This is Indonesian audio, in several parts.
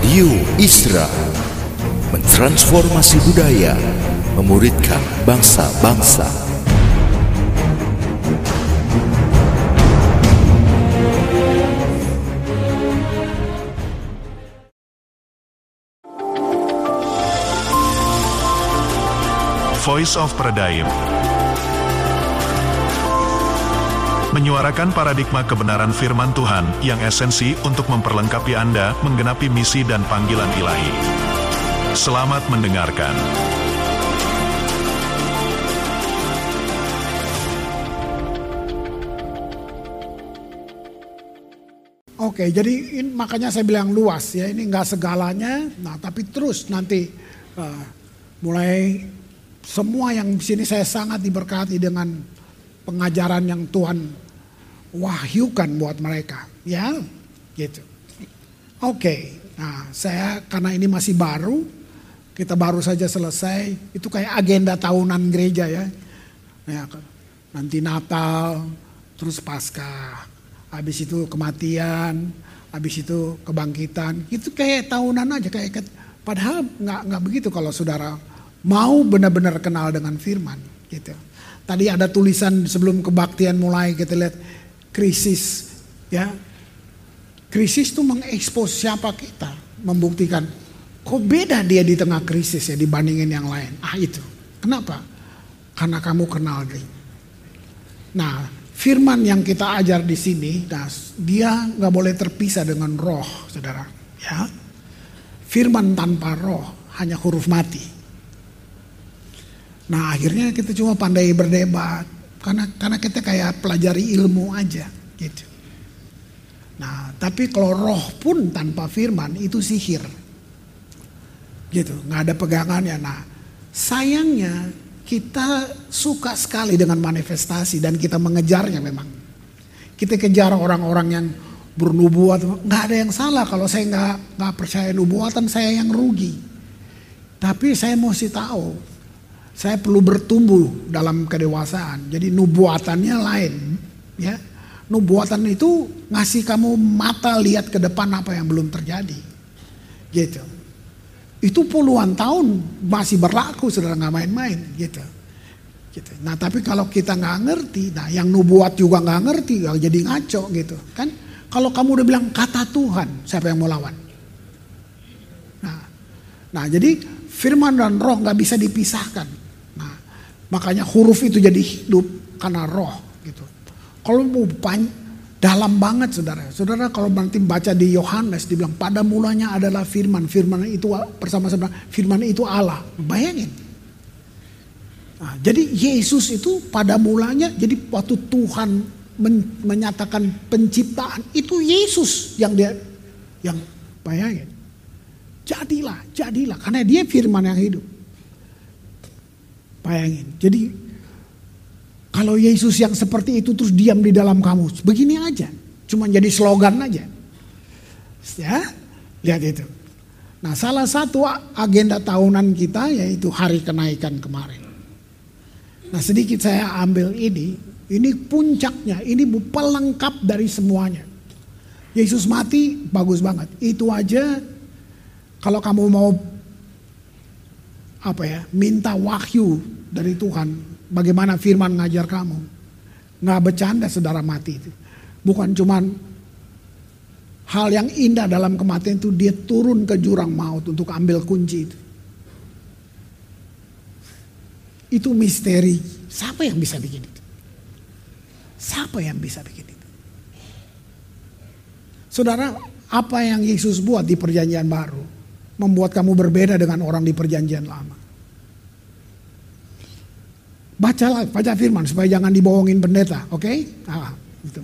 Radio Isra mentransformasi budaya, memuridkan bangsa-bangsa. Voice of Pradaim menyuarakan paradigma kebenaran firman Tuhan yang esensi untuk memperlengkapi Anda menggenapi misi dan panggilan ilahi. Selamat mendengarkan. Oke, jadi makanya saya bilang luas ya, ini nggak segalanya, nah tapi terus nanti mulai semua yang di sini saya sangat diberkati dengan pengajaran yang Tuhan wahyukan buat mereka, ya, gitu. Oke, nah saya karena ini masih baru, kita baru saja selesai, itu kayak agenda tahunan gereja ya, nanti Natal, terus Paskah, habis itu kematian, habis itu kebangkitan, itu kayak tahunan aja, kayak padahal nggak begitu kalau saudara mau benar-benar kenal dengan firman, gitu. Tadi ada tulisan sebelum kebaktian mulai, kita lihat krisis, ya. Krisis itu mengekspos siapa kita, membuktikan kok beda dia di tengah krisis ya dibandingin yang lain. Itu. Kenapa? Karena kamu kenal dia. Nah, firman yang kita ajar di sini, dia nggak boleh terpisah dengan roh, saudara. Ya, firman tanpa roh hanya huruf mati. Nah akhirnya kita cuma pandai berdebat karena kita kayak pelajari ilmu aja gitu. Nah tapi kalau roh pun tanpa firman itu sihir gitu, nggak ada pegangannya. Nah sayangnya kita suka sekali dengan manifestasi dan kita mengejarnya memang. Kita kejar orang-orang yang bernubuat, nggak ada yang salah kalau saya nggak percaya nubuatan, saya yang rugi. Tapi saya mesti tahu. Saya perlu bertumbuh dalam kedewasaan. Jadi nubuatannya lain, ya. Nubuatan itu ngasih kamu mata lihat ke depan apa yang belum terjadi, gitu. Itu puluhan tahun masih berlaku, saudara, nggak main-main, gitu. Nah tapi kalau kita nggak ngerti, nah yang nubuat juga nggak ngerti, jadi ngaco, gitu, kan? Kalau kamu udah bilang kata Tuhan, siapa yang mau lawan? Nah jadi firman dan roh nggak bisa dipisahkan. Makanya huruf itu jadi hidup karena roh gitu. Kalau mau dalam banget saudara kalau nanti baca di Yohanes dibilang pada mulanya adalah firman, firman itu bersama-sama firman itu Allah. Bayangin. Nah, jadi Yesus itu pada mulanya, jadi waktu Tuhan menyatakan penciptaan itu Yesus yang bayangin. Jadilah karena dia firman yang hidup. Bayangin, jadi kalau Yesus yang seperti itu terus diam di dalam kamu, begini aja, cuma jadi slogan aja, ya, lihat itu. Nah salah satu agenda tahunan kita yaitu hari kenaikan kemarin. Nah sedikit saya ambil ini puncaknya, ini pelengkap dari semuanya. Yesus mati, bagus banget, itu aja kalau kamu mau minta wahyu dari Tuhan, bagaimana firman ngajar kamu. Nggak bercanda saudara mati itu. Bukan cuman hal yang indah dalam kematian itu, dia turun ke jurang maut untuk ambil kunci itu. Itu misteri. Siapa yang bisa bikin itu? Siapa yang bisa bikin itu? Saudara, apa yang Yesus buat di perjanjian baru membuat kamu berbeda dengan orang di perjanjian lama. Baca firman supaya jangan dibohongin pendeta, oke? Gitu.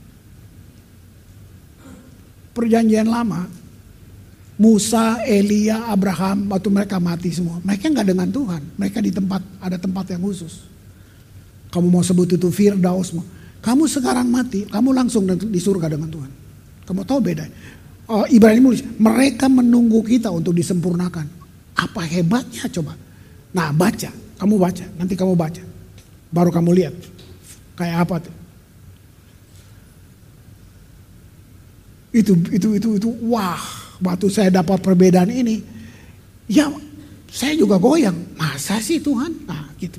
Perjanjian lama, Musa, Elia, Abraham, waktu mereka mati semua, mereka nggak dengan Tuhan, mereka ada tempat yang khusus. Kamu mau sebut itu Firdaus, kamu sekarang mati, kamu langsung di surga dengan Tuhan. Kamu tahu beda? Ibrani menulis, mereka menunggu kita untuk disempurnakan. Apa hebatnya coba? Nah baca, nanti kamu baca. Baru kamu lihat, kayak apa tuh. Itu wah waktu saya dapat perbedaan ini, ya saya juga goyang. Masa sih Tuhan? Nah gitu.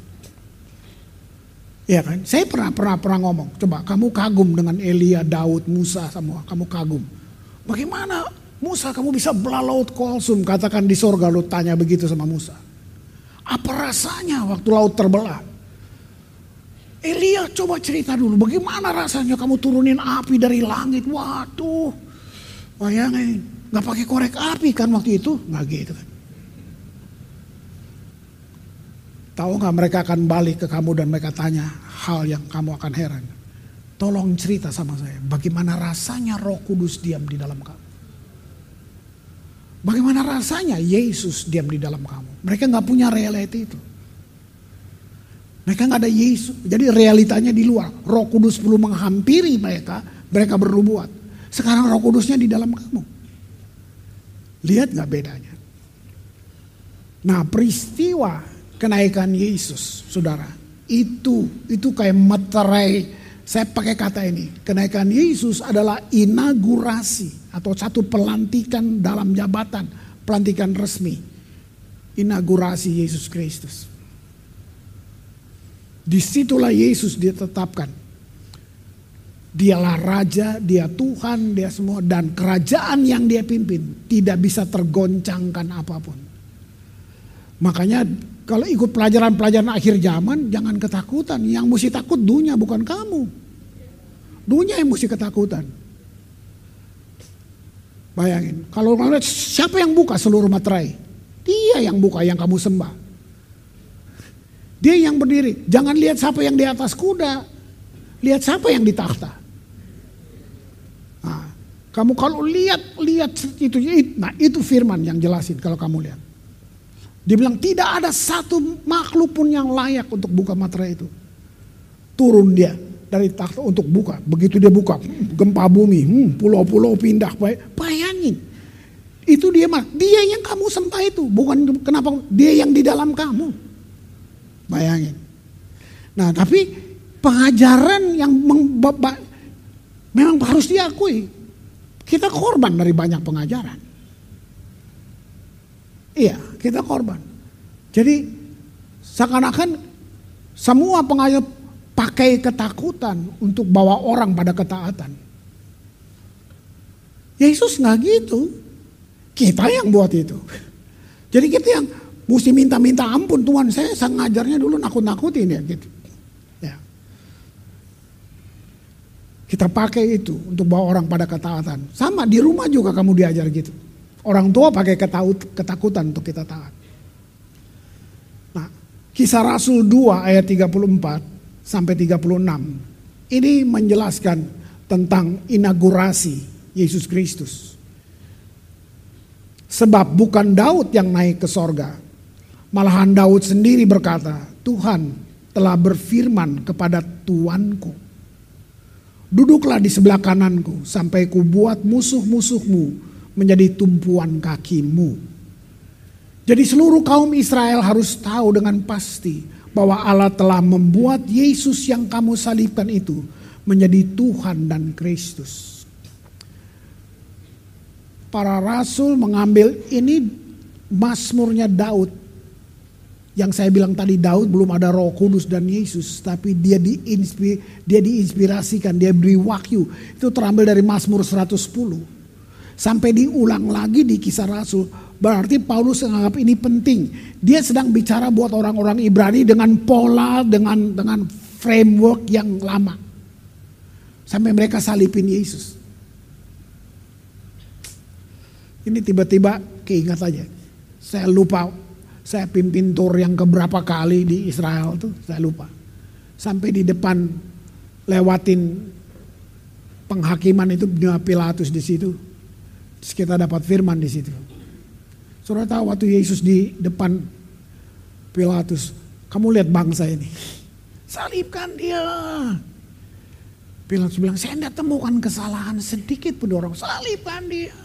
Ya kan, saya pernah ngomong, coba kamu kagum dengan Elia, Daud, Musa semua, kamu kagum. Bagaimana Musa kamu bisa belah laut Kolsum, katakan di sorga, lu tanya begitu sama Musa. Apa rasanya waktu laut terbelah? Elia coba cerita dulu, bagaimana rasanya kamu turunin api dari langit? Waduh, bayangin, gak pakai korek api kan waktu itu? Gak gitu kan. Tahu gak mereka akan balik ke kamu dan mereka tanya hal yang kamu akan heran. Tolong cerita sama saya, bagaimana rasanya Roh Kudus diam di dalam kamu? Bagaimana rasanya Yesus diam di dalam kamu? Mereka gak punya reality itu. Mereka gak ada Yesus, jadi realitanya di luar. Roh Kudus perlu menghampiri mereka, mereka bernubuat. Sekarang Roh Kudusnya di dalam kamu. Lihat gak bedanya? Nah, peristiwa kenaikan Yesus, saudara, itu kayak meterai. Saya pakai kata ini, kenaikan Yesus adalah inaugurasi atau satu pelantikan dalam jabatan, pelantikan resmi, inaugurasi Yesus Kristus. Disitulah Yesus ditetapkan. Dialah Raja, dia Tuhan, dia semua, dan kerajaan yang dia pimpin tidak bisa tergoncangkan apapun. Makanya kalau ikut pelajaran-pelajaran akhir zaman, jangan ketakutan. Yang mesti takut dunia, bukan kamu. Dunia yang mesti ketakutan. Bayangin, kalau siapa yang buka seluruh materai? Dia yang buka, yang kamu sembah. Dia yang berdiri. Jangan lihat siapa yang di atas kuda. Lihat siapa yang di takhta. Nah, kamu kalau lihat itu, nah itu firman yang jelasin kalau kamu lihat. Dia bilang tidak ada satu makhluk pun yang layak untuk buka materai itu. Turun dia dari takhta untuk buka. Begitu dia buka, gempa bumi, pulau-pulau pindah. Bayangin. Itu dia yang kamu sembah itu. Bukan kenapa dia yang di dalam kamu. Bayangin. Nah tapi pengajaran yang memang harus diakui. Kita korban dari banyak pengajaran. Iya, kita korban. Jadi seakan-akan semua pengajar pakai ketakutan untuk bawa orang pada ketaatan. Yesus nggak gitu. Kita yang buat itu. Jadi kita yang mesti minta ampun, Tuhan saya ngajarnya dulu nakut-nakutin ya gitu. Ya. Kita pakai itu untuk bawa orang pada ketaatan. Sama di rumah juga kamu diajar gitu. Orang tua pakai ketakutan untuk kita taat. Nah, Kisah Rasul 2 ayat 34 sampai 36. Ini menjelaskan tentang inaugurasi Yesus Kristus. Sebab bukan Daud yang naik ke sorga. Malahan Daud sendiri berkata, Tuhan telah berfirman kepada Tuanku. Duduklah di sebelah kananku sampai ku buat musuh-musuhmu menjadi tumpuan kakimu. Jadi seluruh kaum Israel harus tahu dengan pasti bahwa Allah telah membuat Yesus yang kamu salibkan itu menjadi Tuhan dan Kristus. Para rasul mengambil ini Mazmurnya Daud. Yang saya bilang tadi, Daud belum ada Roh Kudus dan Yesus, tapi dia diinspirasikan, dia beri wahyu. Itu terambil dari Mazmur 110. Sampai diulang lagi di Kisah Rasul. Berarti Paulus menganggap ini penting. Dia sedang bicara buat orang-orang Ibrani dengan pola, dengan framework yang lama. Sampai mereka salipin Yesus. Ini tiba-tiba keingat aja. Saya lupa, saya pimpin tur yang keberapa kali di Israel tuh, saya lupa. Sampai di depan lewatin penghakiman itu, Pilatus di situ. Terus kita dapat firman di situ. Saudara tahu waktu Yesus di depan Pilatus, kamu lihat bangsa ini, salibkan dia. Pilatus bilang, saya tidak temukan kesalahan sedikit pun orang, salibkan dia.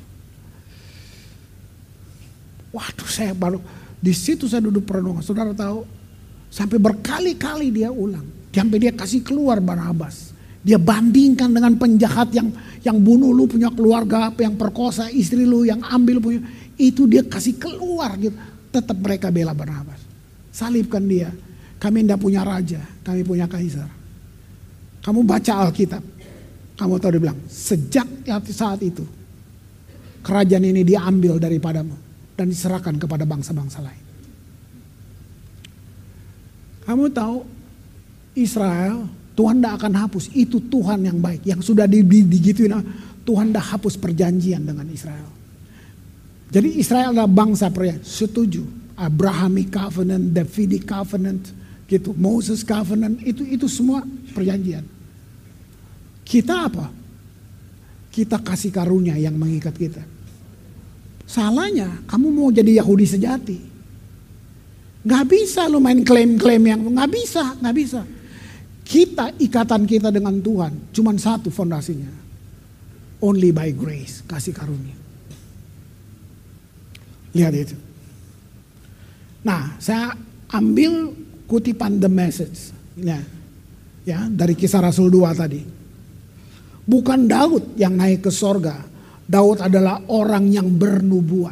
Waduh, saya baru di situ saya duduk perenungan. Saudara tahu, sampai berkali-kali dia ulang, sampai dia kasih keluar Barnabas. Dia bandingkan dengan penjahat yang bunuh lu punya keluarga, yang perkosa istri lu, yang ambil punya. Itu dia kasih keluar gitu. Tetap mereka bela Barnabas. Salibkan dia. Kami tidak punya raja, kami punya kaisar. Kamu baca Alkitab. Kamu tahu dia bilang, sejak saat itu kerajaan ini diambil daripadamu dan diserahkan kepada bangsa-bangsa lain. Kamu tahu Israel, Tuhan tidak akan hapus. Itu Tuhan yang baik. Yang sudah digituin, Tuhan tidak hapus perjanjian dengan Israel. Jadi Israel adalah bangsa perjanjian. Setuju. Abrahamic covenant, Davidic covenant, gitu. Moses covenant, itu semua perjanjian. Kita apa? Kita kasih karunia yang mengikat kita. Salahnya, kamu mau jadi Yahudi sejati. Gak bisa lo main klaim-klaim yang, gak bisa. Kita, ikatan kita dengan Tuhan, cuman satu fondasinya. Only by grace, kasih karunia. Lihat itu. Nah, saya ambil kutipan The Message. Ya, dari Kisah Rasul 2 tadi. Bukan Daud yang naik ke sorga. Daud adalah orang yang bernubuat.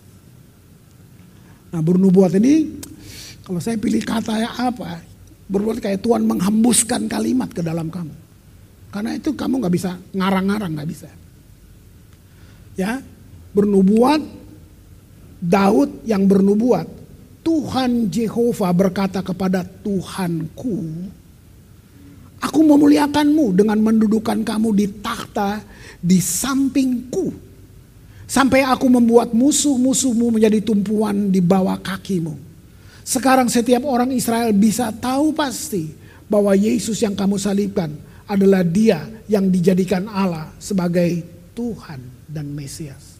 Nah, bernubuat ini, kalau saya pilih kata apa? Bernubuat kayak Tuhan menghembuskan kalimat ke dalam kamu. Karena itu kamu gak bisa ngarang-ngarang, gak bisa. Ya, bernubuat, Daud yang bernubuat. Tuhan Yehova berkata kepada Tuhanku, aku memuliakanmu dengan mendudukan kamu di takhta di sampingku. Sampai aku membuat musuh-musuhmu menjadi tumpuan di bawah kakimu. Sekarang setiap orang Israel bisa tahu pasti bahwa Yesus yang kamu salibkan adalah dia yang dijadikan Allah sebagai Tuhan dan Mesias.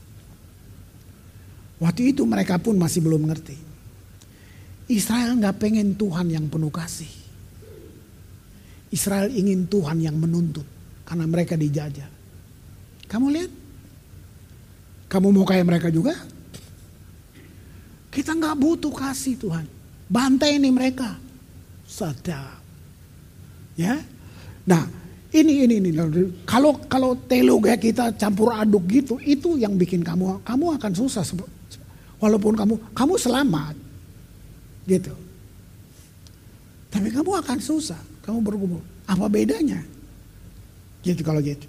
Waktu itu mereka pun masih belum ngerti. Israel gak pengen Tuhan yang penuh kasih. Israel ingin Tuhan yang menuntut karena mereka dijajah. Kamu lihat? Kamu mau kayak mereka juga? Kita gak butuh kasih Tuhan. Bantai ini mereka. Sedap. Ya. Nah, ini. Kalau teologi kita campur aduk gitu, itu yang bikin kamu akan susah. Walaupun kamu selamat. Gitu. Tapi kamu akan susah. Kamu bergumul. Apa bedanya? Gitu kalau gitu.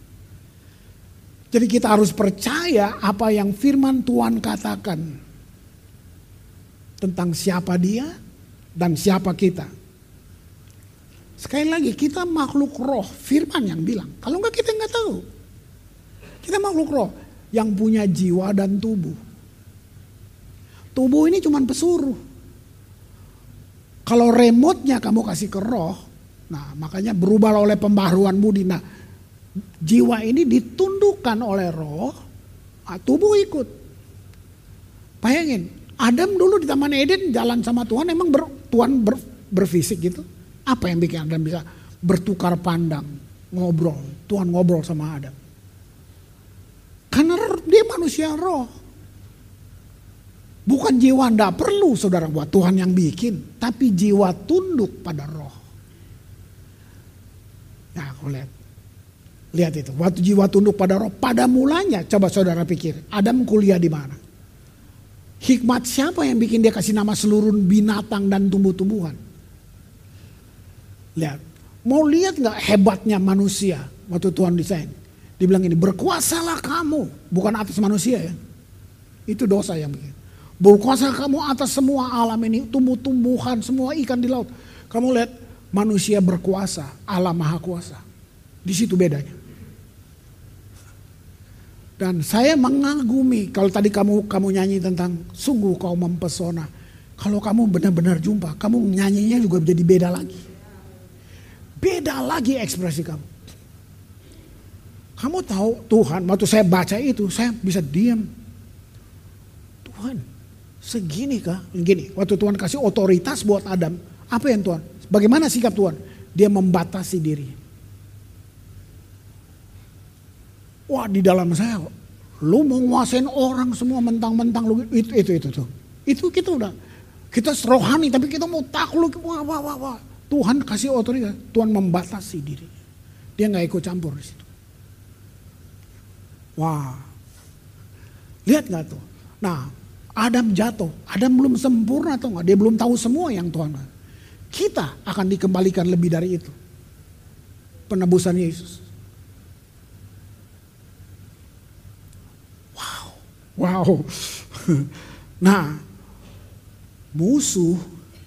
Jadi kita harus percaya apa yang firman Tuhan katakan. Tentang siapa dia dan siapa kita. Sekali lagi kita makhluk roh. Firman yang bilang. Kalau enggak kita enggak tahu. Kita makhluk roh. Yang punya jiwa dan tubuh. Tubuh ini cuma pesuruh. Kalau remote-nya kamu kasih ke roh, nah makanya berubah oleh pembaharuan budi. Nah, jiwa ini ditundukkan oleh roh, tubuh ikut. Bayangin, Adam dulu di Taman Eden jalan sama Tuhan, emang Tuhan berfisik gitu. Apa yang bikin Adam bisa bertukar pandang, ngobrol, Tuhan ngobrol sama Adam? Karena dia manusia roh. Bukan jiwa ndak perlu saudara buat Tuhan yang bikin. Tapi jiwa tunduk pada roh. Nah aku lihat itu. Waktu jiwa tunduk pada roh. Pada mulanya coba saudara pikir. Adam kuliah di mana? Hikmat siapa yang bikin dia kasih nama seluruh binatang dan tumbuh-tumbuhan? Lihat. Mau lihat gak hebatnya manusia waktu Tuhan desain? Dibilang ini berkuasalah kamu. Bukan atas manusia ya. Itu dosa yang bikin. Berkuasa kamu atas semua alam ini, tumbuh-tumbuhan, semua ikan di laut. Kamu lihat manusia berkuasa, Allah maha kuasa. Di situ bedanya. Dan saya mengagumi, kalau tadi kamu nyanyi tentang sungguh kau mempesona. Kalau kamu benar-benar jumpa, kamu nyanyinya juga jadi beda lagi. Beda lagi ekspresi kamu. Kamu tahu Tuhan, waktu saya baca itu, saya bisa diam. Tuhan. Segini kah? Gini, waktu Tuhan kasih otoritas buat Adam, apa yang Tuhan? Bagaimana sikap Tuhan? Dia membatasi diri. Wah di dalam saya, lu mau nguasain orang semua mentang-mentang lu itu tuh. Itu kita udah, kita rohani tapi kita mau takluk. Wah. Tuhan kasih otoritas, Tuhan membatasi diri. Dia nggak ikut campur di situ. Wah, lihat nggak tuh? Nah, Adam jatuh. Adam belum sempurna atau nggak? Dia belum tahu semua yang Tuhan. Kita akan dikembalikan lebih dari itu. Penebusan Yesus. Wow. Nah, musuh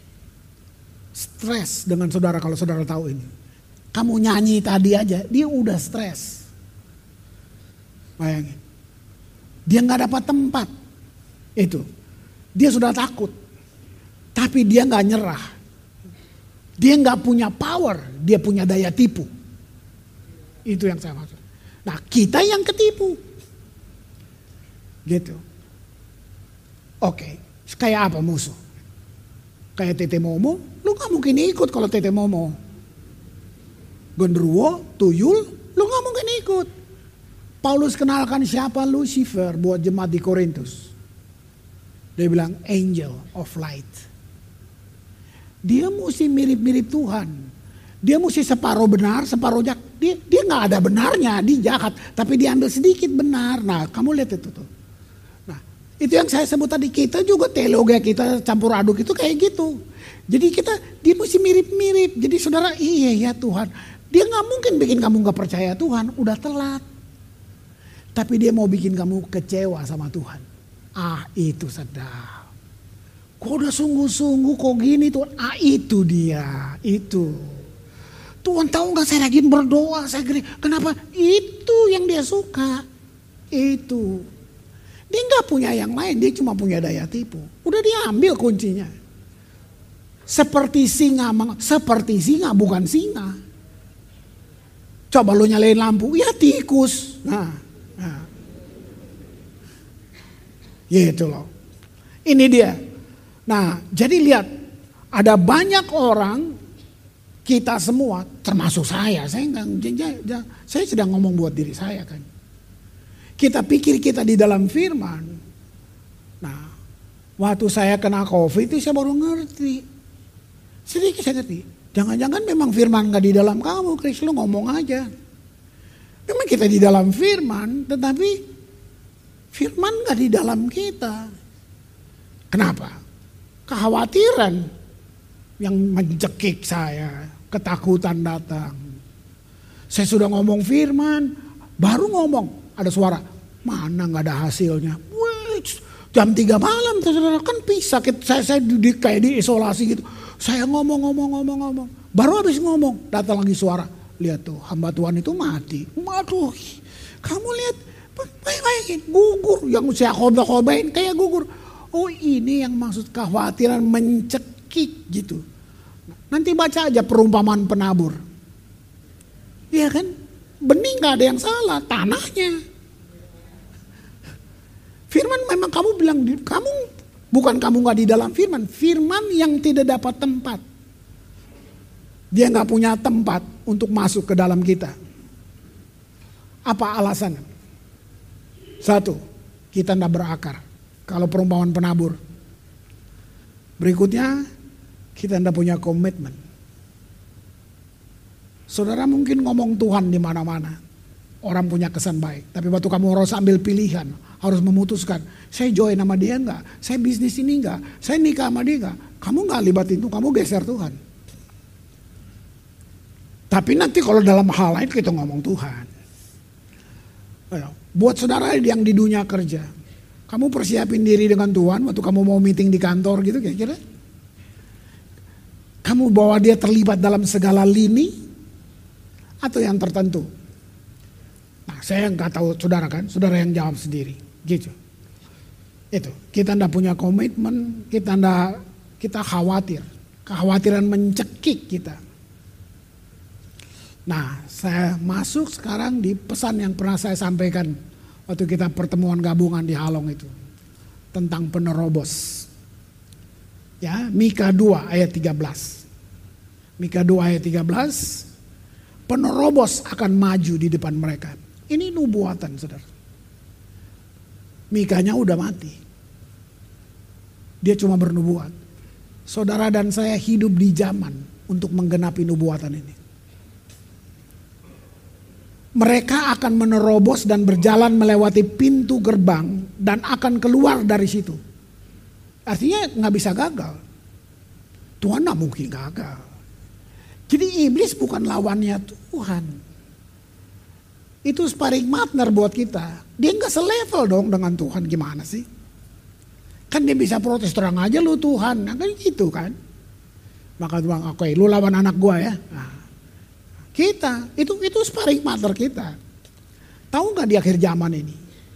stres dengan saudara kalau saudara tahu ini. Kamu nyanyi tadi aja, dia udah stres. Bayangin. Dia nggak dapat tempat. Itu. Dia sudah takut. Tapi dia nggak nyerah. Dia nggak punya power, dia punya daya tipu. Itu yang saya maksud. Nah, kita yang ketipu. Gitu. Oke, kayak apa musuh? Kayak Tete Momo, lu gak mungkin ikut kalau Tete Momo. Genderuwo, tuyul, lu gak mungkin ikut. Paulus kenalkan siapa Lucifer buat jemaat di Korintus. Dia bilang angel of light. Dia mesti mirip-mirip Tuhan. Dia mesti separuh benar, separuh jahat. Dia gak ada benarnya, dia jahat. Tapi dia ambil sedikit benar. Nah, kamu lihat itu tuh. Itu yang saya sebut tadi, kita juga teologi kita campur aduk itu kayak gitu. Jadi dia mesti mirip-mirip. Jadi saudara, iya ya Tuhan. Dia gak mungkin bikin kamu gak percaya Tuhan, udah telat. Tapi dia mau bikin kamu kecewa sama Tuhan. Ah, itu sedap. Kok udah sungguh-sungguh kok gini Tuhan? Ah, itu dia, itu. Tuhan tahu gak saya rajin berdoa, saya gini. Kenapa? Itu yang dia suka. Itu. Dia nggak punya yang lain, dia cuma punya daya tipu. Udah diambil kuncinya. Seperti singa bukan singa. Coba lo nyalain lampu, ya tikus. Nah. Gitu loh. Ini dia. Nah, jadi lihat, ada banyak orang, kita semua, termasuk saya sedang ngomong buat diri saya kan. Kita pikir kita di dalam firman. Nah, waktu saya kena COVID itu saya baru ngerti. Sedikit saya ngerti. Jangan-jangan memang firman gak di dalam kamu, Chris, lu ngomong aja. Memang kita di dalam firman, tetapi firman gak di dalam kita. Kenapa? Kekhawatiran yang mencekik saya, ketakutan datang. Saya sudah ngomong firman, baru ngomong. Ada suara, mana gak ada hasilnya. Wih, jam 3 malam, saudara kan bisa. Saya kayak diisolasi gitu. Saya ngomong. Baru habis ngomong, datang lagi suara. Lihat tuh, hamba Tuhan itu mati. Waduh, kamu lihat, bayangin, gugur. Yang saya khobain kayak gugur. Oh, ini yang maksud kekhawatiran mencekik gitu. Nanti baca aja perumpamaan penabur. Iya kan? Benih gak ada yang salah, tanahnya. Firman memang kamu bilang, bukan kamu gak di dalam firman. Firman yang tidak dapat tempat. Dia gak punya tempat untuk masuk ke dalam kita. Apa alasannya? Satu, kita gak berakar. Kalau perumpamaan penabur. Berikutnya, kita gak punya komitmen. Saudara mungkin ngomong Tuhan di mana-mana. Orang punya kesan baik. Tapi waktu kamu harus ambil pilihan. Harus memutuskan. Saya join sama dia enggak? Saya bisnis ini enggak? Saya nikah sama dia enggak? Kamu enggak libatin itu. Kamu geser Tuhan. Tapi nanti kalau dalam hal lain kita ngomong Tuhan. Buat saudara yang di dunia kerja. Kamu persiapin diri dengan Tuhan. Waktu kamu mau meeting di kantor gitu kira-kira. Kamu bawa dia terlibat dalam segala lini. Atau yang tertentu. Nah, saya nggak tahu saudara kan, saudara yang jawab sendiri, gitu. Itu kita ndak punya komitmen, kita khawatir, kekhawatiran mencekik kita. Nah, saya masuk sekarang di pesan yang pernah saya sampaikan waktu kita pertemuan gabungan di Halong itu tentang penerobos. Ya, Mika 2 ayat 13. Mika 2 ayat 13. Penerobos akan maju di depan mereka. Ini nubuatan, saudara. Mikanya udah mati. Dia cuma bernubuat. Saudara dan saya hidup di zaman untuk menggenapi nubuatan ini. Mereka akan menerobos dan berjalan melewati pintu gerbang dan akan keluar dari situ. Artinya nggak bisa gagal. Tuhan nggak mungkin gagal. Jadi iblis bukan lawannya Tuhan. Itu sparring partner buat kita. Dia nggak selevel dong dengan Tuhan, gimana sih? Kan dia bisa protes, terang aja lu Tuhan, nah, kan gitu kan. Maka Tuhan, oke, lu lawan anak gua ya. Nah, kita, itu sparring partner kita. Tahu nggak di akhir zaman ini?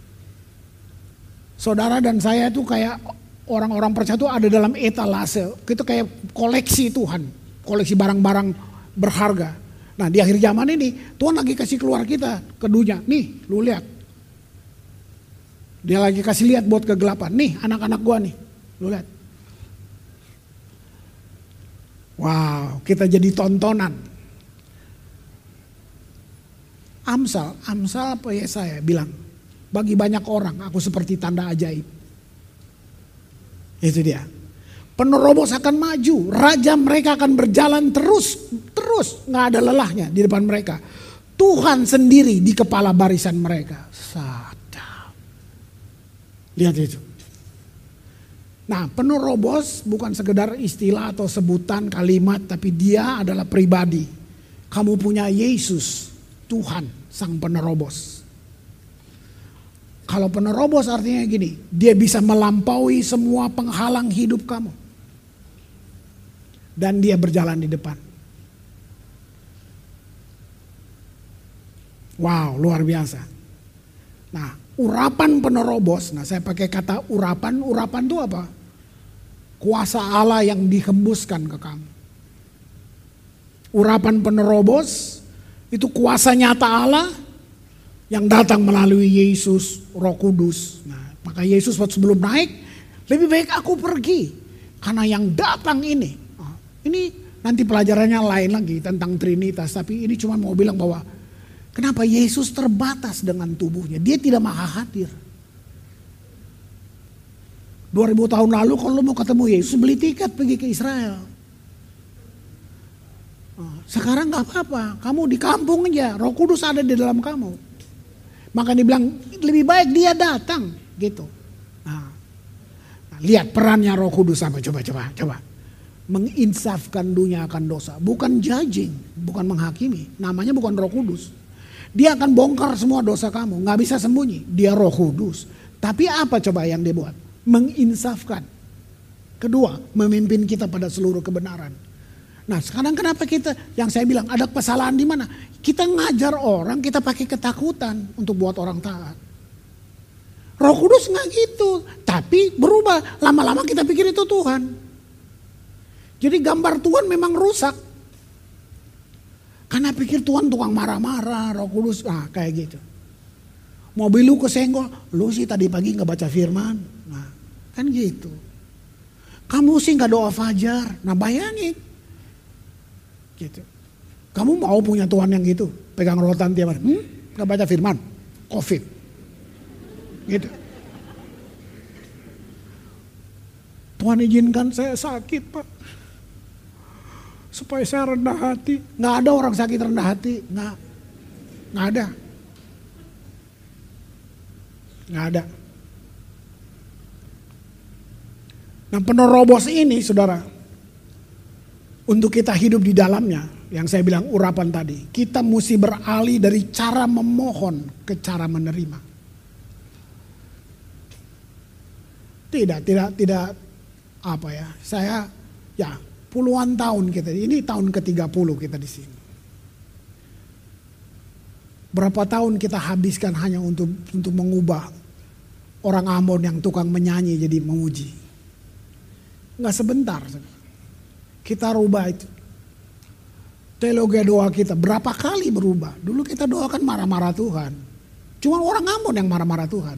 Saudara dan saya itu kayak orang-orang percaya itu ada dalam etalase. Kita kayak koleksi Tuhan, koleksi barang-barang berharga. Nah di akhir zaman ini Tuhan lagi kasih keluar kita ke dunia. Nih lu lihat. Dia lagi kasih lihat buat kegelapan. Nih anak-anak gua nih. Lu lihat. Wow, kita jadi tontonan. Amsal apa ya saya bilang. Bagi banyak orang aku seperti tanda ajaib. Itu dia. Penerobos akan maju, raja mereka akan berjalan terus, nggak ada lelahnya di depan mereka. Tuhan sendiri di kepala barisan mereka. Sadap. Lihat itu. Nah, penerobos bukan sekedar istilah atau sebutan kalimat, tapi dia adalah pribadi. Kamu punya Yesus, Tuhan, sang penerobos. Kalau penerobos artinya gini, dia bisa melampaui semua penghalang hidup kamu. Dan dia berjalan di depan. Wow, luar biasa. Nah, urapan penerobos, nah saya pakai kata urapan itu apa? Kuasa Allah yang dihembuskan ke kamu. Urapan penerobos itu kuasa nyata Allah yang datang melalui Yesus, Roh Kudus. Nah, maka Yesus waktu sebelum naik, lebih baik aku pergi. Karena yang datang ini nanti pelajarannya lain lagi tentang Trinitas. Tapi ini cuma mau bilang bahwa kenapa Yesus terbatas dengan tubuhnya. Dia tidak maha hadir. 2000 tahun lalu kalau mau ketemu Yesus beli tiket pergi ke Israel. Sekarang gak apa-apa. Kamu di kampung aja. Roh Kudus ada di dalam kamu. Maka dibilang lebih baik dia datang gitu. Nah, lihat perannya Roh Kudus apa coba. Menginsafkan dunia akan dosa. Bukan judging, bukan menghakimi. Namanya bukan Roh Kudus. Dia akan bongkar semua dosa kamu. Gak bisa sembunyi. Dia Roh Kudus. Tapi apa coba yang dia buat? Menginsafkan. Kedua, memimpin kita pada seluruh kebenaran. Nah sekarang kenapa kita, yang saya bilang ada kesalahan di mana? Kita ngajar orang, kita pakai ketakutan untuk buat orang taat. Roh Kudus nggak gitu, tapi berubah. Lama-lama kita pikir itu Tuhan. Jadi gambar Tuhan memang rusak. Karena pikir Tuhan tukang marah-marah, Roh Kudus, kayak gitu. Mobil lu kesenggol, lu sih tadi pagi nggak baca firman. Nah kan gitu. Kamu sih nggak doa fajar, nah bayangin. Gitu. Kamu mau punya Tuhan yang gitu, pegang rotan tiap hari, nggak baca firman, COVID, gitu. Tuhan izinkan saya sakit Pak, supaya saya rendah hati. Nggak ada orang sakit rendah hati, nggak ada. Nah penerobos ini saudara, untuk kita hidup di dalamnya, yang saya bilang urapan tadi, kita mesti beralih dari cara memohon ke cara menerima. Tidak apa ya? Saya puluhan tahun kita, ini tahun ke-30 kita di sini. Berapa tahun kita habiskan hanya untuk mengubah orang Ambon yang tukang menyanyi jadi memuji. Nggak sebentar. Kita rubah itu. Teologi doa kita berapa kali berubah. Dulu kita doakan marah-marah Tuhan. Cuma orang Ambon yang marah-marah Tuhan.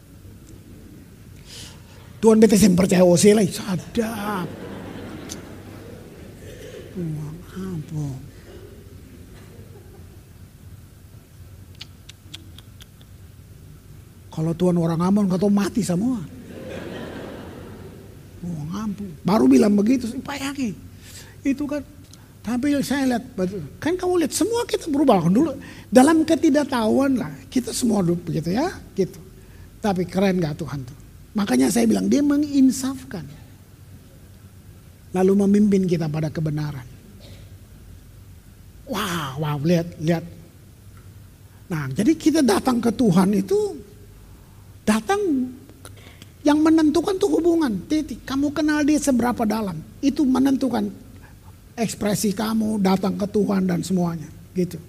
Tuhan betes yang percaya OC lagi. Sadap. Tuhan Ambon. Kalau Tuhan orang Ambon kata mati semua. Tuhan Ambon. Baru bilang begitu. Bayangin. Itu kan. Tapi saya lihat, kan kamu lihat semua kita berubah dulu. Dalam ketidaktahuan lah, kita semua dulu begitu ya, gitu. Tapi keren gak Tuhan tuh? Makanya saya bilang dia menginsafkan. Lalu memimpin kita pada kebenaran. Wow, lihat. Nah, jadi kita datang ke Tuhan itu, datang yang menentukan tuh hubungan. Titik, kamu kenal dia seberapa dalam. Itu menentukan ekspresi kamu datang ke Tuhan dan semuanya. Gitu.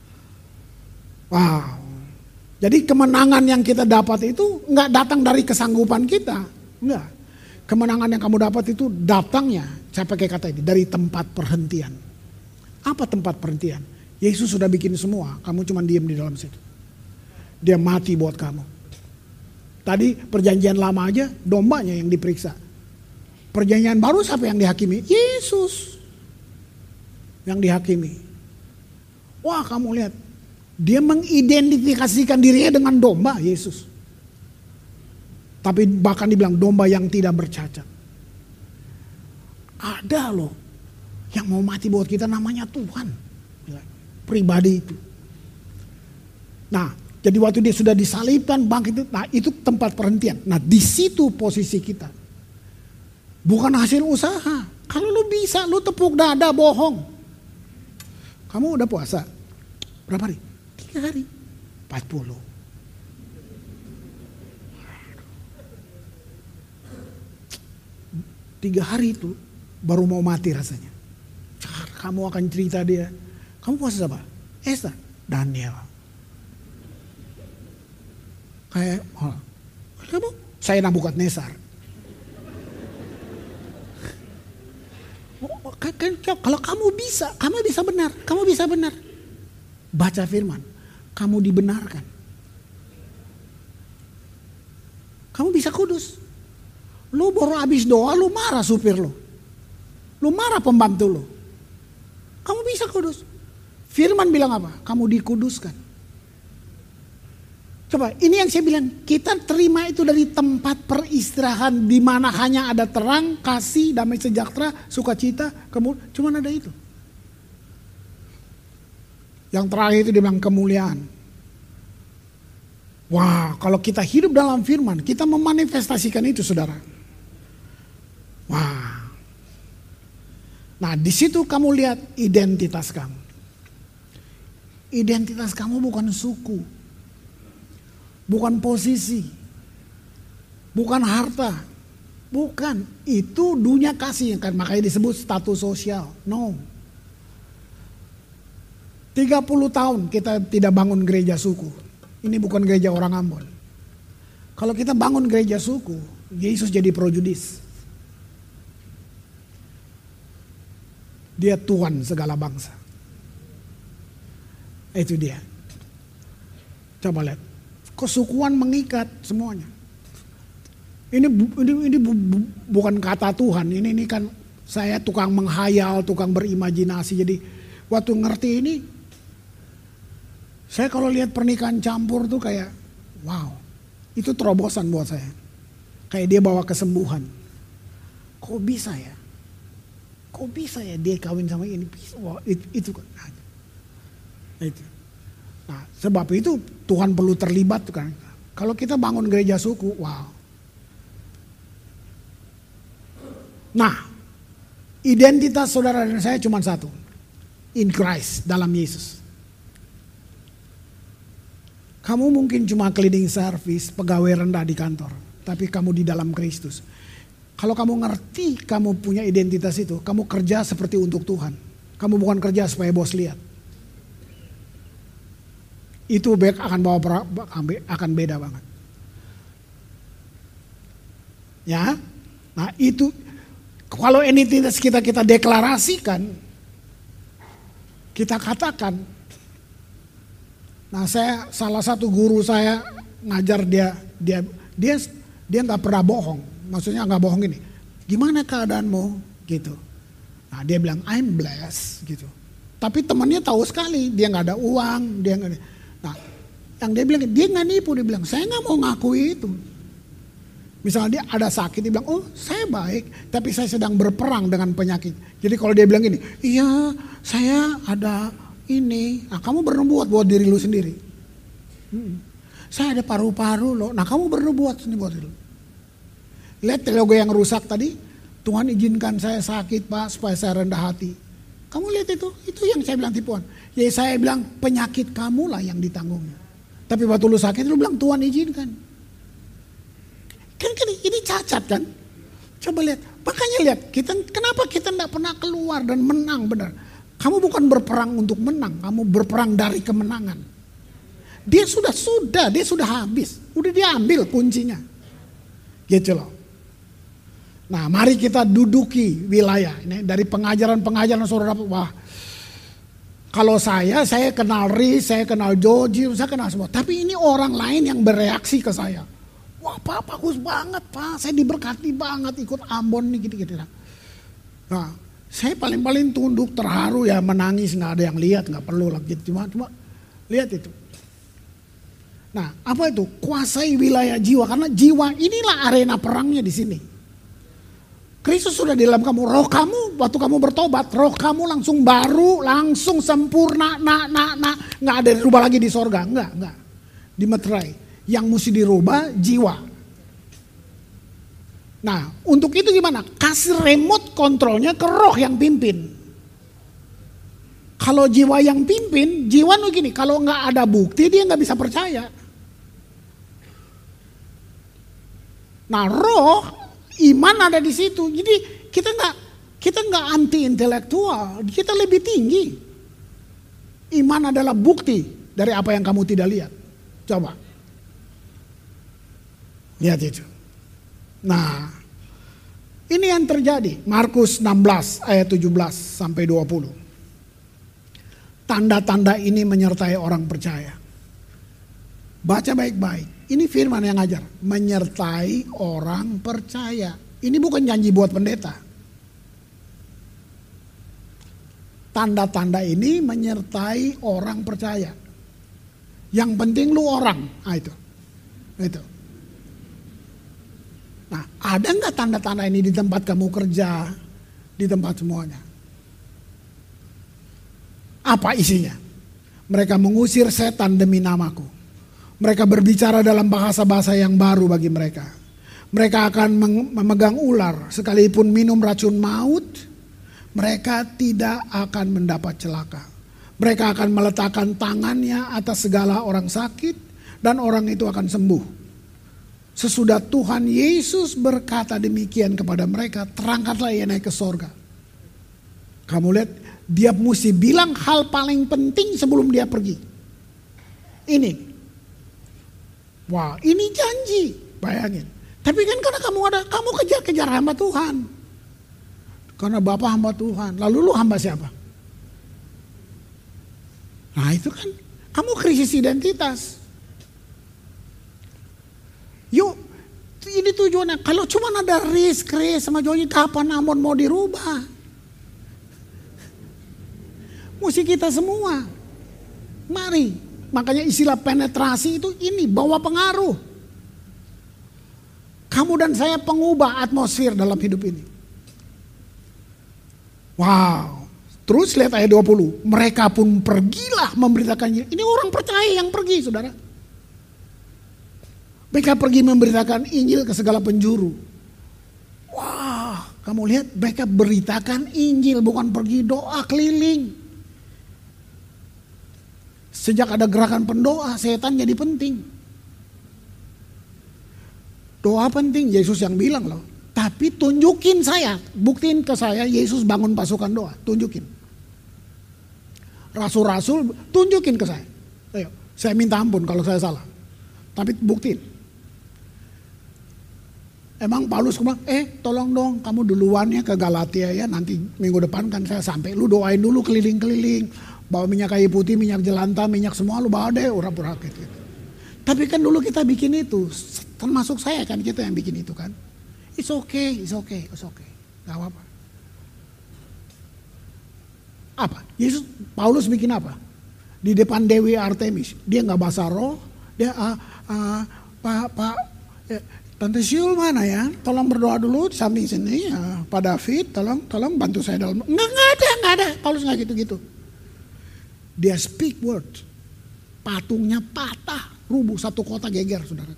Wow. Jadi kemenangan yang kita dapat itu nggak datang dari kesanggupan kita. Enggak. Kemenangan yang kamu dapat itu datangnya, saya pakai kata ini, dari tempat perhentian. Apa tempat perhentian? Yesus sudah bikin semua, kamu cuma diam di dalam situ. Dia mati buat kamu. Tadi perjanjian lama aja dombanya yang diperiksa. Perjanjian baru siapa yang dihakimi? Yesus yang dihakimi. Wah, kamu lihat, dia mengidentifikasikan dirinya dengan domba, Yesus. Tapi bahkan dibilang domba yang tidak bercacat. Ada loh yang mau mati buat kita, namanya Tuhan. Pribadi itu. Nah, jadi waktu dia sudah disalibkan, bangkit, nah itu tempat perhentian. Nah, di situ posisi kita. Bukan hasil usaha. Kalau lu bisa, lu tepuk dada bohong. Kamu udah puasa berapa hari? 3 hari. 40. Tiga hari itu baru mau mati rasanya. Kamu akan cerita dia. Kamu puasa apa? Esther, Daniel. Kayak, kamu? Saya Nabukadnezar. Kalau kamu bisa benar. Kamu bisa benar. Baca firman, kamu dibenarkan. Kamu bisa kudus. Lu baru habis doa, lu marah supir lu. Lu marah pembantu lu. Kamu bisa kudus. Firman bilang apa? Kamu dikuduskan. Coba, ini yang saya bilang, kita terima itu dari tempat peristirahan di mana hanya ada terang, kasih, damai sejahtera, sukacita, cuma ada itu. Yang terakhir itu dia bilang kemuliaan. Wah, kalau kita hidup dalam firman, kita memanifestasikan itu, saudara. Wah. Nah, di situ kamu lihat identitas kamu. Identitas kamu bukan suku, bukan posisi, bukan harta, bukan. Itu dunia kasih, kan makanya disebut status sosial. No. 30 tahun kita tidak bangun gereja suku. Ini bukan gereja orang Ambon. Kalau kita bangun gereja suku, Yesus jadi prejudis. Dia Tuhan segala bangsa. Itu dia. Coba lihat. Kesukuan mengikat semuanya. Ini bukan kata Tuhan. Ini kan saya tukang menghayal, tukang berimajinasi. Jadi waktu ngerti ini, saya kalau lihat pernikahan campur tuh kayak wow. Itu terobosan buat saya. Kayak dia bawa kesembuhan. Kok bisa ya? Kok bisa ya dia kawin sama ini? Wah, itu kan. Itu. Nah, sebab itu Tuhan perlu terlibat kan. Kalau kita bangun gereja suku, wow. Nah, identitas saudara dan saya cuma satu. In Christ, dalam Yesus. Kamu mungkin cuma cleaning service, pegawai rendah di kantor. Tapi kamu di dalam Kristus. Kalau kamu ngerti kamu punya identitas itu, kamu kerja seperti untuk Tuhan. Kamu bukan kerja supaya bos lihat. Itu akan beda banget. Ya, nah itu kalau identitas kita deklarasikan, kita katakan. Nah, salah satu guru saya ngajar dia nggak pernah bohong. Maksudnya nggak bohong ini. Gimana keadaanmu? Gitu. Nah, dia bilang I'm blessed gitu. Tapi temannya tahu sekali dia nggak ada uang, dia nggak. Nah, yang dia bilang dia nggak nipu, dia bilang saya nggak mau ngakui itu. Misalnya dia ada sakit, dia bilang, oh saya baik, tapi saya sedang berperang dengan penyakit. Jadi kalau dia bilang gini, iya saya ada ini, nah kamu bernubuat buat diri lu sendiri. Saya ada paru-paru loh, nah kamu bernubuat sendiri buat diri lu. Lihat teologi yang rusak tadi, Tuhan izinkan saya sakit Pak supaya saya rendah hati. Kamu lihat itu yang saya bilang tipuan. Ya saya bilang penyakit kamu lah yang ditanggungnya. Tapi waktu lu sakit lu bilang Tuhan izinkan. Kan ini cacat kan? Coba lihat. Makanya lihat, kenapa kita tidak pernah keluar dan menang benar. Kamu bukan berperang untuk menang, kamu berperang dari kemenangan. Dia sudah habis. Udah diambil kuncinya. Gitu loh. Nah, mari kita duduki wilayah ini dari pengajaran-pengajaran saudara. Wah, kalau saya kenal Riz, saya kenal Joji, saya kenal semua. Tapi ini orang lain yang bereaksi ke saya. Wah Pak, bagus banget Pak, saya diberkati banget ikut Ambon nih gitu-gitu. Nah, saya paling tunduk, terharu ya, menangis, nggak ada yang lihat, nggak perlu lagi, cuma lihat itu. Nah, apa itu? Kuasai wilayah jiwa, karena jiwa inilah arena perangnya di sini. Kristus sudah di dalam kamu, roh kamu waktu kamu bertobat, roh kamu langsung baru, langsung sempurna, nggak ada dirubah lagi di sorga, nggak, dimeterai. Yang mesti dirubah jiwa. Nah, untuk itu gimana? Kasih remote kontrolnya ke roh yang pimpin. Kalau jiwa yang pimpin, jiwa nu gini, kalau nggak ada bukti dia nggak bisa percaya. Nah, roh iman ada di situ. Jadi kita nggak anti intelektual, kita lebih tinggi. Iman adalah bukti dari apa yang kamu tidak lihat. Coba. Lihat itu. Nah, ini yang terjadi. Markus 16 ayat 17 sampai 20. Tanda-tanda ini menyertai orang percaya. Baca baik-baik. Ini firman yang ngajar. Menyertai orang percaya. Ini bukan janji buat pendeta. Tanda-tanda ini menyertai orang percaya. Yang penting lu orang. Nah itu. Nah, ada nggak tanda-tanda ini di tempat kamu kerja, di tempat semuanya? Apa isinya? Mereka mengusir setan demi namaku. Mereka berbicara dalam bahasa-bahasa yang baru bagi mereka. Mereka akan memegang ular, sekalipun minum racun maut, mereka tidak akan mendapat celaka. Mereka akan meletakkan tangannya atas segala orang sakit, dan orang itu akan sembuh. Sesudah Tuhan Yesus berkata demikian kepada mereka, terangkatlah ia naik ke sorga. Kamu lihat, dia mesti bilang hal paling penting sebelum dia pergi. Ini. Wah, ini janji. Bayangin. Tapi kan karena kamu kejar-kejar hamba Tuhan. Karena Bapak hamba Tuhan. Lalu lu hamba siapa? Nah itu kan, kamu krisis identitas. Yuk, ini tujuannya. Kalau cuma ada Riz sama Joji, kapan Ambon mau dirubah? Mesti kita semua. Mari. Makanya istilah penetrasi itu ini, bawa pengaruh. Kamu dan saya pengubah atmosfer dalam hidup ini. Wow. Terus lihat ayat 20. Mereka pun pergilah memberitakan. Ini orang percaya yang pergi, saudara. Mereka pergi memberitakan Injil ke segala penjuru. Wah, kamu lihat mereka beritakan Injil, bukan pergi doa keliling. Sejak ada gerakan pendoa, setan jadi penting. Doa penting, Yesus yang bilang loh. Tapi tunjukin saya, buktiin ke saya Yesus bangun pasukan doa, tunjukin. Rasul-rasul tunjukin ke saya. Ayo, saya minta ampun kalau saya salah. Tapi buktiin. Emang Paulus bilang, tolong dong kamu duluan ya ke Galatia ya, nanti minggu depan kan saya sampai, lu doain dulu keliling-keliling, bawa minyak kayu putih, minyak jelantah, minyak semua lu bawa deh, urap-urap gitu. Tapi kan dulu kita bikin itu, termasuk saya kan, kita yang bikin itu kan. It's okay. Gak apa-apa. Apa? Yesus, Paulus bikin apa? Di depan Dewi Artemis, dia gak bahasa roh, dia Tante Syul mana ya? Tolong berdoa dulu di samping sini ya. Pak David, tolong bantu saya dalam. Enggak ada. Paulus nggak gitu-gitu. Dia speak word. Patungnya patah, rubuh, satu kota geger, saudara.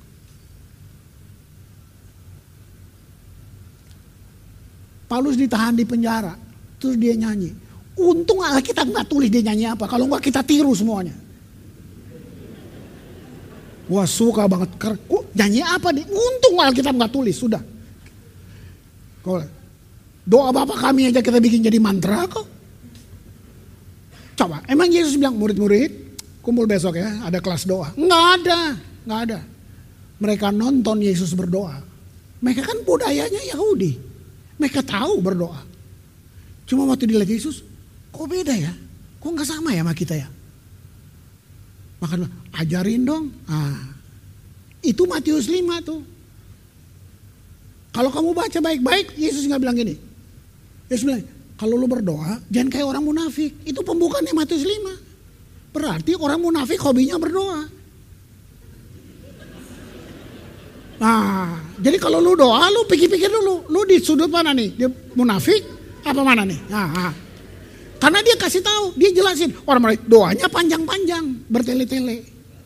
Paulus ditahan di penjara, terus dia nyanyi. Untung Alkitab nggak tulis dia nyanyi apa, kalau nggak kita tiru semuanya. Wah suka banget, nyanyi apa nih? Untung Alkitab nggak tulis, sudah. Doa Bapa kami aja kita bikin jadi mantra kok. Coba, emang Yesus bilang murid-murid kumpul besok ya, ada kelas doa? Nggak ada. Mereka nonton Yesus berdoa. Mereka kan budayanya Yahudi. Mereka tahu berdoa. Cuma waktu dilihat Yesus, kok beda ya? Kok nggak sama ya sama kita ya? Maka ajarin dong. Itu Matius 5 tuh. Kalau kamu baca baik-baik, Yesus nggak bilang gini. Yesus bilang, kalau lu berdoa, jangan kayak orang munafik. Itu pembukaannya Matius 5. Berarti orang munafik hobinya berdoa. Nah, jadi kalau lu doa, lu pikir-pikir dulu. Lu di sudut mana nih? Dia munafik apa mana nih? Karena dia kasih tahu, dia jelasin. Orang doanya panjang-panjang, bertele-tele.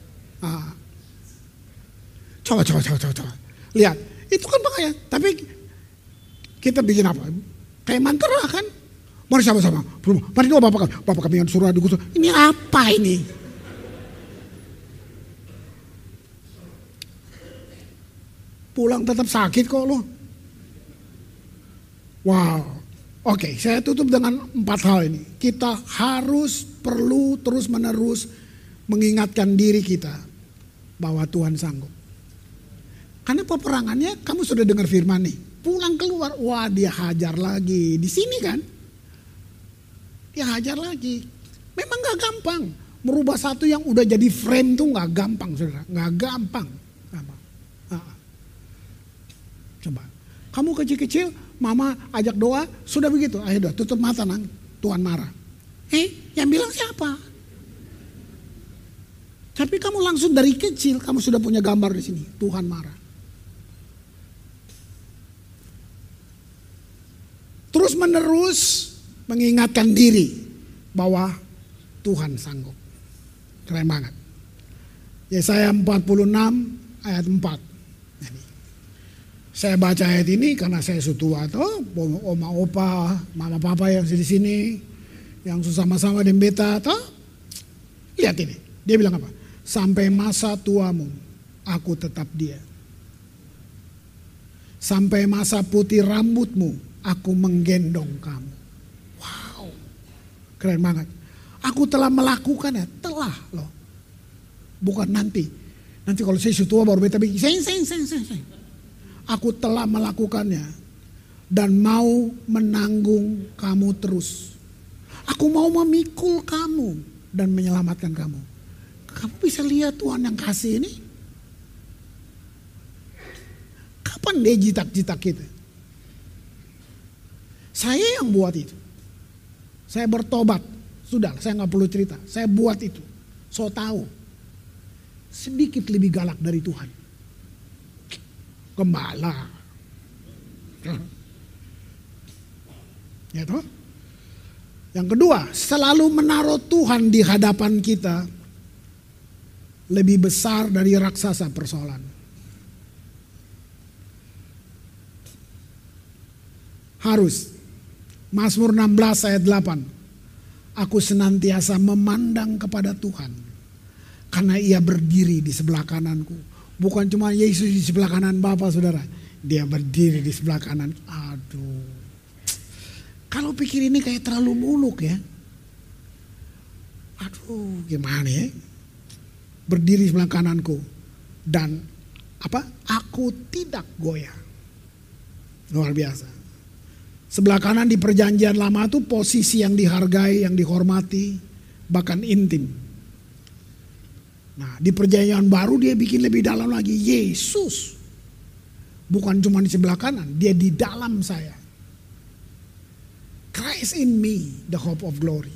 Coba. Lihat, itu kan bahaya. Tapi kita bikin apa? Kayak mantra kan? Mari sama-sama. Mari doa Bapak kami yang surga di kudus. Ini apa ini? Pulang tetap sakit kok lo. Wow. Oke, saya tutup dengan 4 hal ini. Kita perlu terus menerus mengingatkan diri kita bahwa Tuhan sanggup. Karena peperangannya kamu sudah dengar firman nih. Pulang keluar, wah dia hajar lagi. Di sini kan. Dia hajar lagi. Memang gak gampang. Merubah satu yang udah jadi frame tuh gak gampang, saudara. Gak gampang. Coba. Kamu kecil-kecil, mama ajak doa, sudah begitu. Ayo doa, tutup mata nang. Tuhan marah. Yang bilang siapa? Tapi kamu langsung dari kecil, kamu sudah punya gambar di sini. Tuhan marah. Terus menerus mengingatkan diri bahwa Tuhan sanggup. Keren banget. Yesaya 46 ayat 4. Saya baca ayat ini karena saya sutua toh, oma opa, mama papa yang di sini, yang sama-sama di beta toh. Lihat ini, dia bilang apa? Sampai masa tuamu, aku tetap dia. Sampai masa putih rambutmu, aku menggendong kamu. Wow, keren banget. Aku telah melakukannya, telah loh. Bukan nanti. Nanti kalau saya sutua baru beta bikin, saya. Aku telah melakukannya dan mau menanggung kamu terus. Aku mau memikul kamu dan menyelamatkan kamu. Kamu bisa lihat Tuhan yang kasih ini? Kapan dia jitak-jitak kita? Saya yang buat itu. Saya bertobat. Sudah, saya gak perlu cerita. Saya buat itu. So tahu. Sedikit lebih galak dari Tuhan. Gembala. Ya toh? Yang kedua, selalu menaruh Tuhan di hadapan kita lebih besar dari raksasa persoalan. Harus. Mazmur 16 ayat 8. Aku senantiasa memandang kepada Tuhan karena ia berdiri di sebelah kananku. Bukan cuma Yesus di sebelah kanan Bapa, saudara. Dia berdiri di sebelah kanan. Aduh. Kalau pikir ini kayak terlalu muluk ya. Aduh, gimana ya? Berdiri di sebelah kananku. Dan apa? Aku tidak goyah. Luar biasa. Sebelah kanan di perjanjian lama itu posisi yang dihargai, yang dihormati, bahkan intim. Nah, di perjanjian baru dia bikin lebih dalam lagi. Yesus bukan cuma di sebelah kanan, dia di dalam saya. Christ in me, the hope of glory.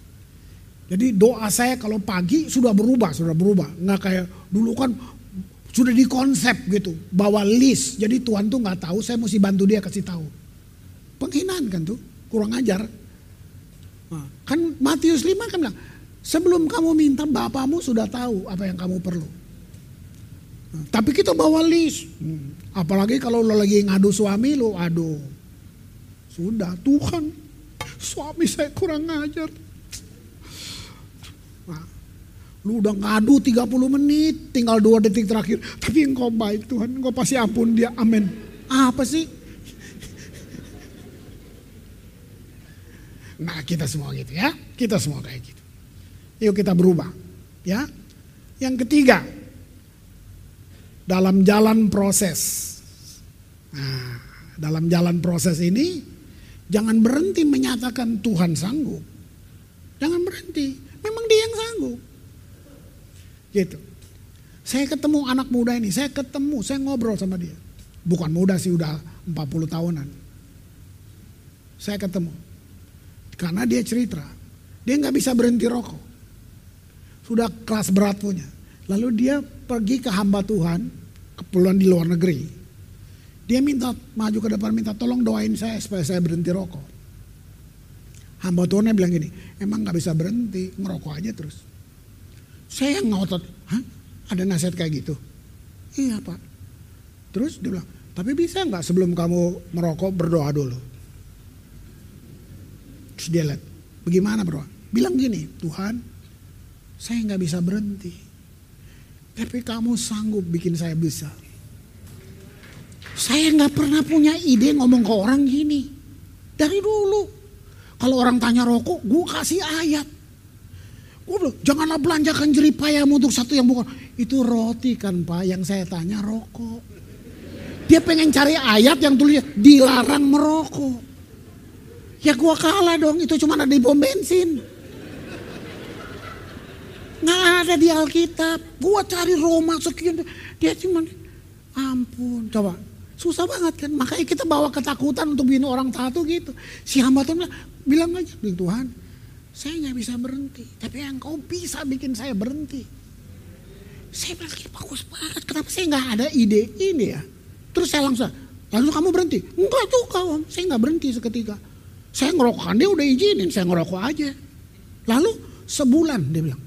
Jadi doa saya kalau pagi sudah berubah. Nggak kayak dulu kan Sudah dikonsep gitu, bawa list. Jadi Tuhan tuh nggak tahu, saya mesti bantu dia kasih tahu. Penghinaan kan tuh, kurang ajar. Nah, kan Matius 5 kan bilang, sebelum kamu minta Bapamu sudah tahu apa yang kamu perlu. Nah, tapi kita bawa list. Apalagi kalau lo lagi ngadu suami lo, aduh. Sudah, Tuhan, suami saya kurang ajar. Nah, lu udah ngadu 30 menit, tinggal 2 detik terakhir. Tapi engkau baik Tuhan, engkau pasti ampun dia, amin. Apa sih? Nah kita semua gitu ya, kita semua kayak gitu. Yuk kita berubah ya. Yang ketiga, dalam jalan proses. Nah, dalam jalan proses ini, jangan berhenti menyatakan Tuhan sanggup. Jangan berhenti, memang dia yang sanggup. Gitu. Saya ketemu anak muda ini, saya ngobrol sama dia. Bukan muda sih, udah 40 tahunan. Saya ketemu. Karena dia cerita, dia gak bisa berhenti rokok. Sudah kelas berat punya. Lalu dia pergi ke hamba Tuhan, keperluan di luar negeri. Dia minta, maju ke depan minta tolong doain saya supaya saya berhenti rokok. Hamba Tuhannya bilang gini, emang gak bisa berhenti, ngerokok aja terus. Saya yang ngotot, hah? Ada nasihat kayak gitu? Iya Pak. Terus dia bilang, tapi bisa gak sebelum kamu merokok berdoa dulu? Terus dia lihat, bagaimana berdoa? Bilang gini, Tuhan, saya gak bisa berhenti. Tapi kamu sanggup bikin saya bisa. Saya gak pernah punya ide ngomong ke orang gini. Dari dulu. Kalau orang tanya rokok, gue kasih ayat. Gue bilang, janganlah belanjakan jeripayamu untuk satu yang bukan. Itu roti kan Pak, yang saya tanya rokok. Dia pengen cari ayat yang tulis dilarang merokok. Ya gue kalah dong, itu cuma ada di pom bensin. Nggak ada di Alkitab. Gue cari Roma sekian, dia cuma ampun. Coba, susah banget kan. Makanya kita bawa ketakutan untuk bikin orang taat tuh gitu. Si hamba Tuhan bilang aja, Tuhan, saya nggak bisa berhenti. Tapi engkau bisa bikin saya berhenti. Saya bilang, bagus banget. Kenapa saya nggak ada ide ini ya? Terus saya langsung kamu berhenti? Enggak juga Om, saya nggak berhenti seketika. Saya ngerokok, kan dia udah izinin, saya ngerokok aja. Lalu sebulan dia bilang.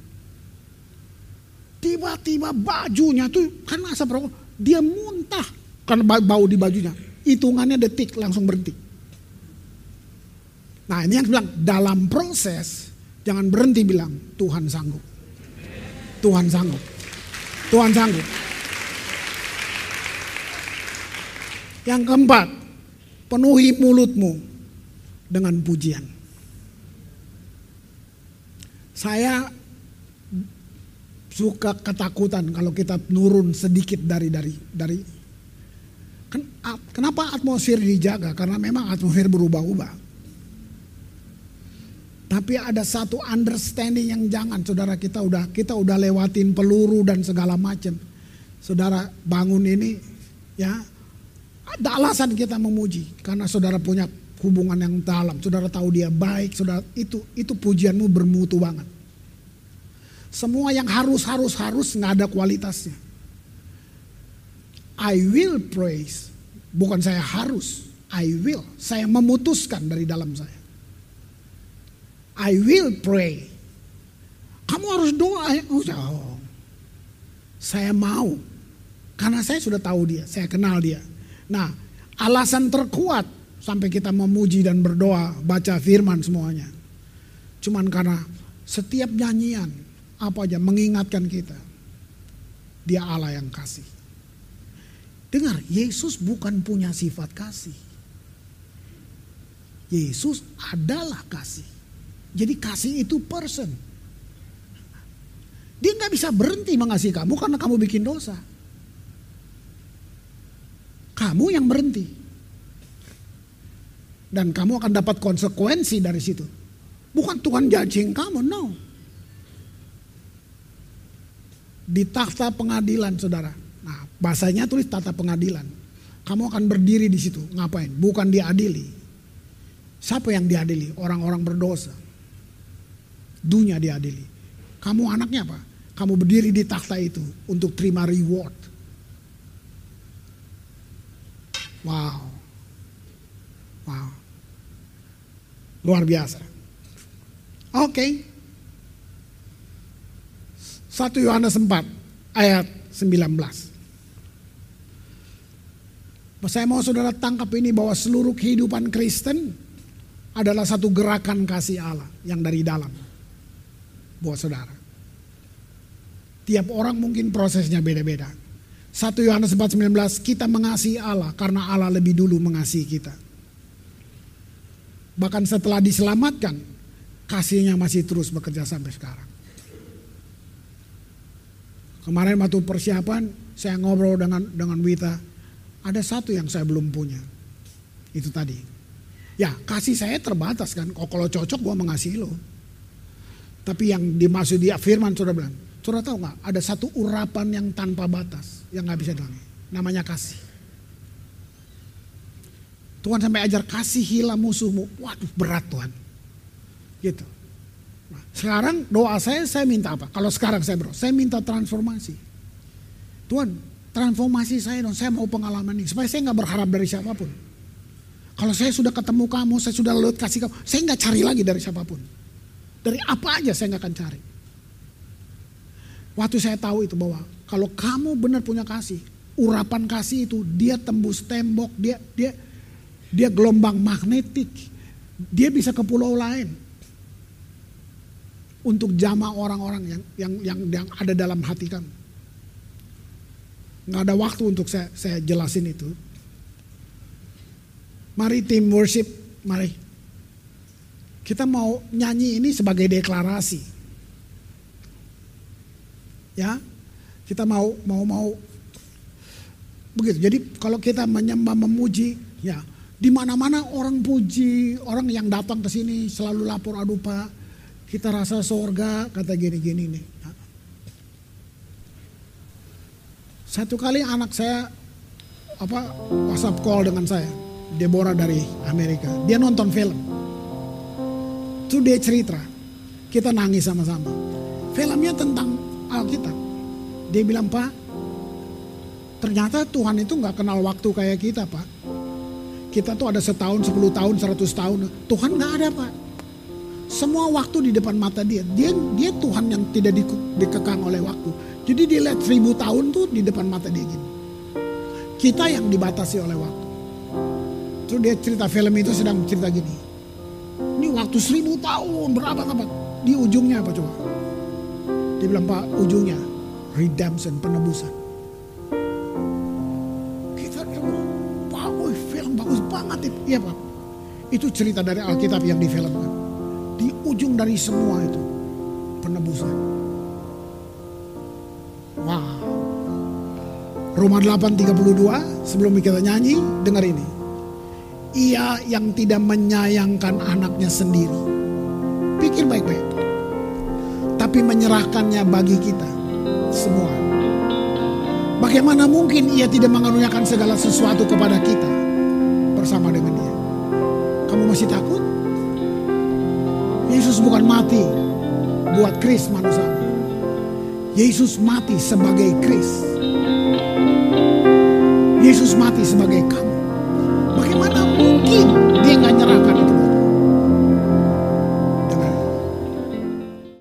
Tiba-tiba bajunya tuh, kan asap rokok, dia muntah. Karena bau di bajunya. Hitungannya detik langsung berhenti. Nah ini yang bilang, dalam proses, jangan berhenti bilang, Tuhan sanggup. Tuhan sanggup. Tuhan sanggup. Yang keempat, penuhi mulutmu dengan pujian. Saya suka ketakutan kalau kita nurun sedikit dari kenapa atmosfer dijaga? Karena memang atmosfer berubah-ubah. Tapi ada satu understanding yang jangan, saudara, kita udah lewatin peluru dan segala macam. Saudara bangun ini ya, ada alasan kita memuji karena saudara punya hubungan yang dalam, saudara tahu dia baik, saudara itu pujianmu bermutu banget. Semua yang harus nggak ada kualitasnya. I will praise, bukan saya harus, I will, saya memutuskan dari dalam saya. I will pray. Kamu harus doa. Oh, saya mau, karena saya sudah tahu dia, saya kenal dia. Nah, alasan terkuat sampai kita memuji dan berdoa, baca firman semuanya. Cuman karena setiap nyanyian, apa aja mengingatkan kita. Dia Allah yang kasih. Dengar, Yesus bukan punya sifat kasih. Yesus adalah kasih. Jadi kasih itu person. Dia gak bisa berhenti mengasihi kamu karena kamu bikin dosa. Kamu yang berhenti. Dan kamu akan dapat konsekuensi dari situ. Bukan Tuhan judging kamu, no. Di takhta pengadilan, saudara. Nah, bahasanya tulis takhta pengadilan. Kamu akan berdiri di situ, ngapain? Bukan diadili. Siapa yang diadili? Orang-orang berdosa. Dunia diadili. Kamu anaknya apa? Kamu berdiri di takhta itu untuk terima reward. Wow. Wow. Luar biasa. Oke. 1 Yohanes 4 ayat 19. Saya mau saudara tangkap ini bahwa seluruh kehidupan Kristen adalah satu gerakan kasih Allah yang dari dalam buat saudara. Tiap orang mungkin prosesnya beda-beda. 1 Yohanes 4:19, kita mengasihi Allah karena Allah lebih dulu mengasihi kita. Bahkan setelah diselamatkan, kasihnya masih terus bekerja sampai sekarang. Kemarin waktu persiapan, saya ngobrol dengan Wita, ada satu yang saya belum punya. Itu tadi. Ya, kasih saya terbatas kan. Kalau cocok gua mengasihi lo. Tapi yang dimaksud di firman saudara bilang, saudara tahu nggak? Ada satu urapan yang tanpa batas yang nggak bisa dihilangi. Namanya kasih. Tuhan sampai ajar kasihilah musuhmu. Waduh, berat Tuhan. Gitu. Nah, sekarang doa saya minta apa? Kalau sekarang saya minta transformasi. Tuhan, transformasi saya dong. Saya mau pengalaman ini supaya saya nggak berharap dari siapapun. Kalau saya sudah ketemu kamu, saya sudah lihat kasih kamu, saya nggak cari lagi dari siapapun. Dari apa aja saya nggak akan cari. Waktu saya tahu itu bahwa kalau kamu benar punya kasih, urapan kasih itu dia tembus tembok, dia gelombang magnetik, dia bisa ke pulau lain untuk jamah orang-orang yang ada dalam hati kamu. Nggak ada waktu untuk saya jelasin itu. Mari tim worship, mari. Kita mau nyanyi ini sebagai deklarasi. Ya, kita mau begitu. Jadi kalau kita menyembah memuji, ya di mana-mana orang puji, orang yang datang ke sini selalu lapor, aduh Pak, kita rasa sorga, kata gini-gini nih. Satu kali anak saya WhatsApp call dengan saya, Deborah dari Amerika. Dia nonton film. Itu dia cerita, kita nangis sama-sama. Filmnya tentang Alkitab. Dia bilang, Pak, ternyata Tuhan itu gak kenal waktu kayak kita Pak. Kita tuh ada setahun, 10 tahun, 100 tahun. Tuhan gak ada Pak. Semua waktu di depan mata dia. Dia Tuhan yang tidak dikekang oleh waktu. Jadi dia lihat 1000 tahun tuh di depan mata dia gini. Kita yang dibatasi oleh waktu. Terus dia cerita film itu sedang cerita gini. Ini waktu 1000 tahun berabad-abad. Di ujungnya apa coba? Dia bilang Pak, ujungnya redemption, penebusan. Kita Pak, film bagus banget itu. Iya Pak. Itu cerita dari Alkitab yang difilmkan. Di ujung dari semua itu penebusan. Wow. Roma 8:32, sebelum kita nyanyi, dengar ini. Ia yang tidak menyayangkan anaknya sendiri. Pikir baik-baik. Tapi menyerahkannya bagi kita semua. Bagaimana mungkin ia tidak mengaruniakan segala sesuatu kepada kita bersama dengan dia? Kamu masih takut? Yesus bukan mati buat Kris manusia. Yesus mati sebagai Kris. Yesus mati sebagai kamu.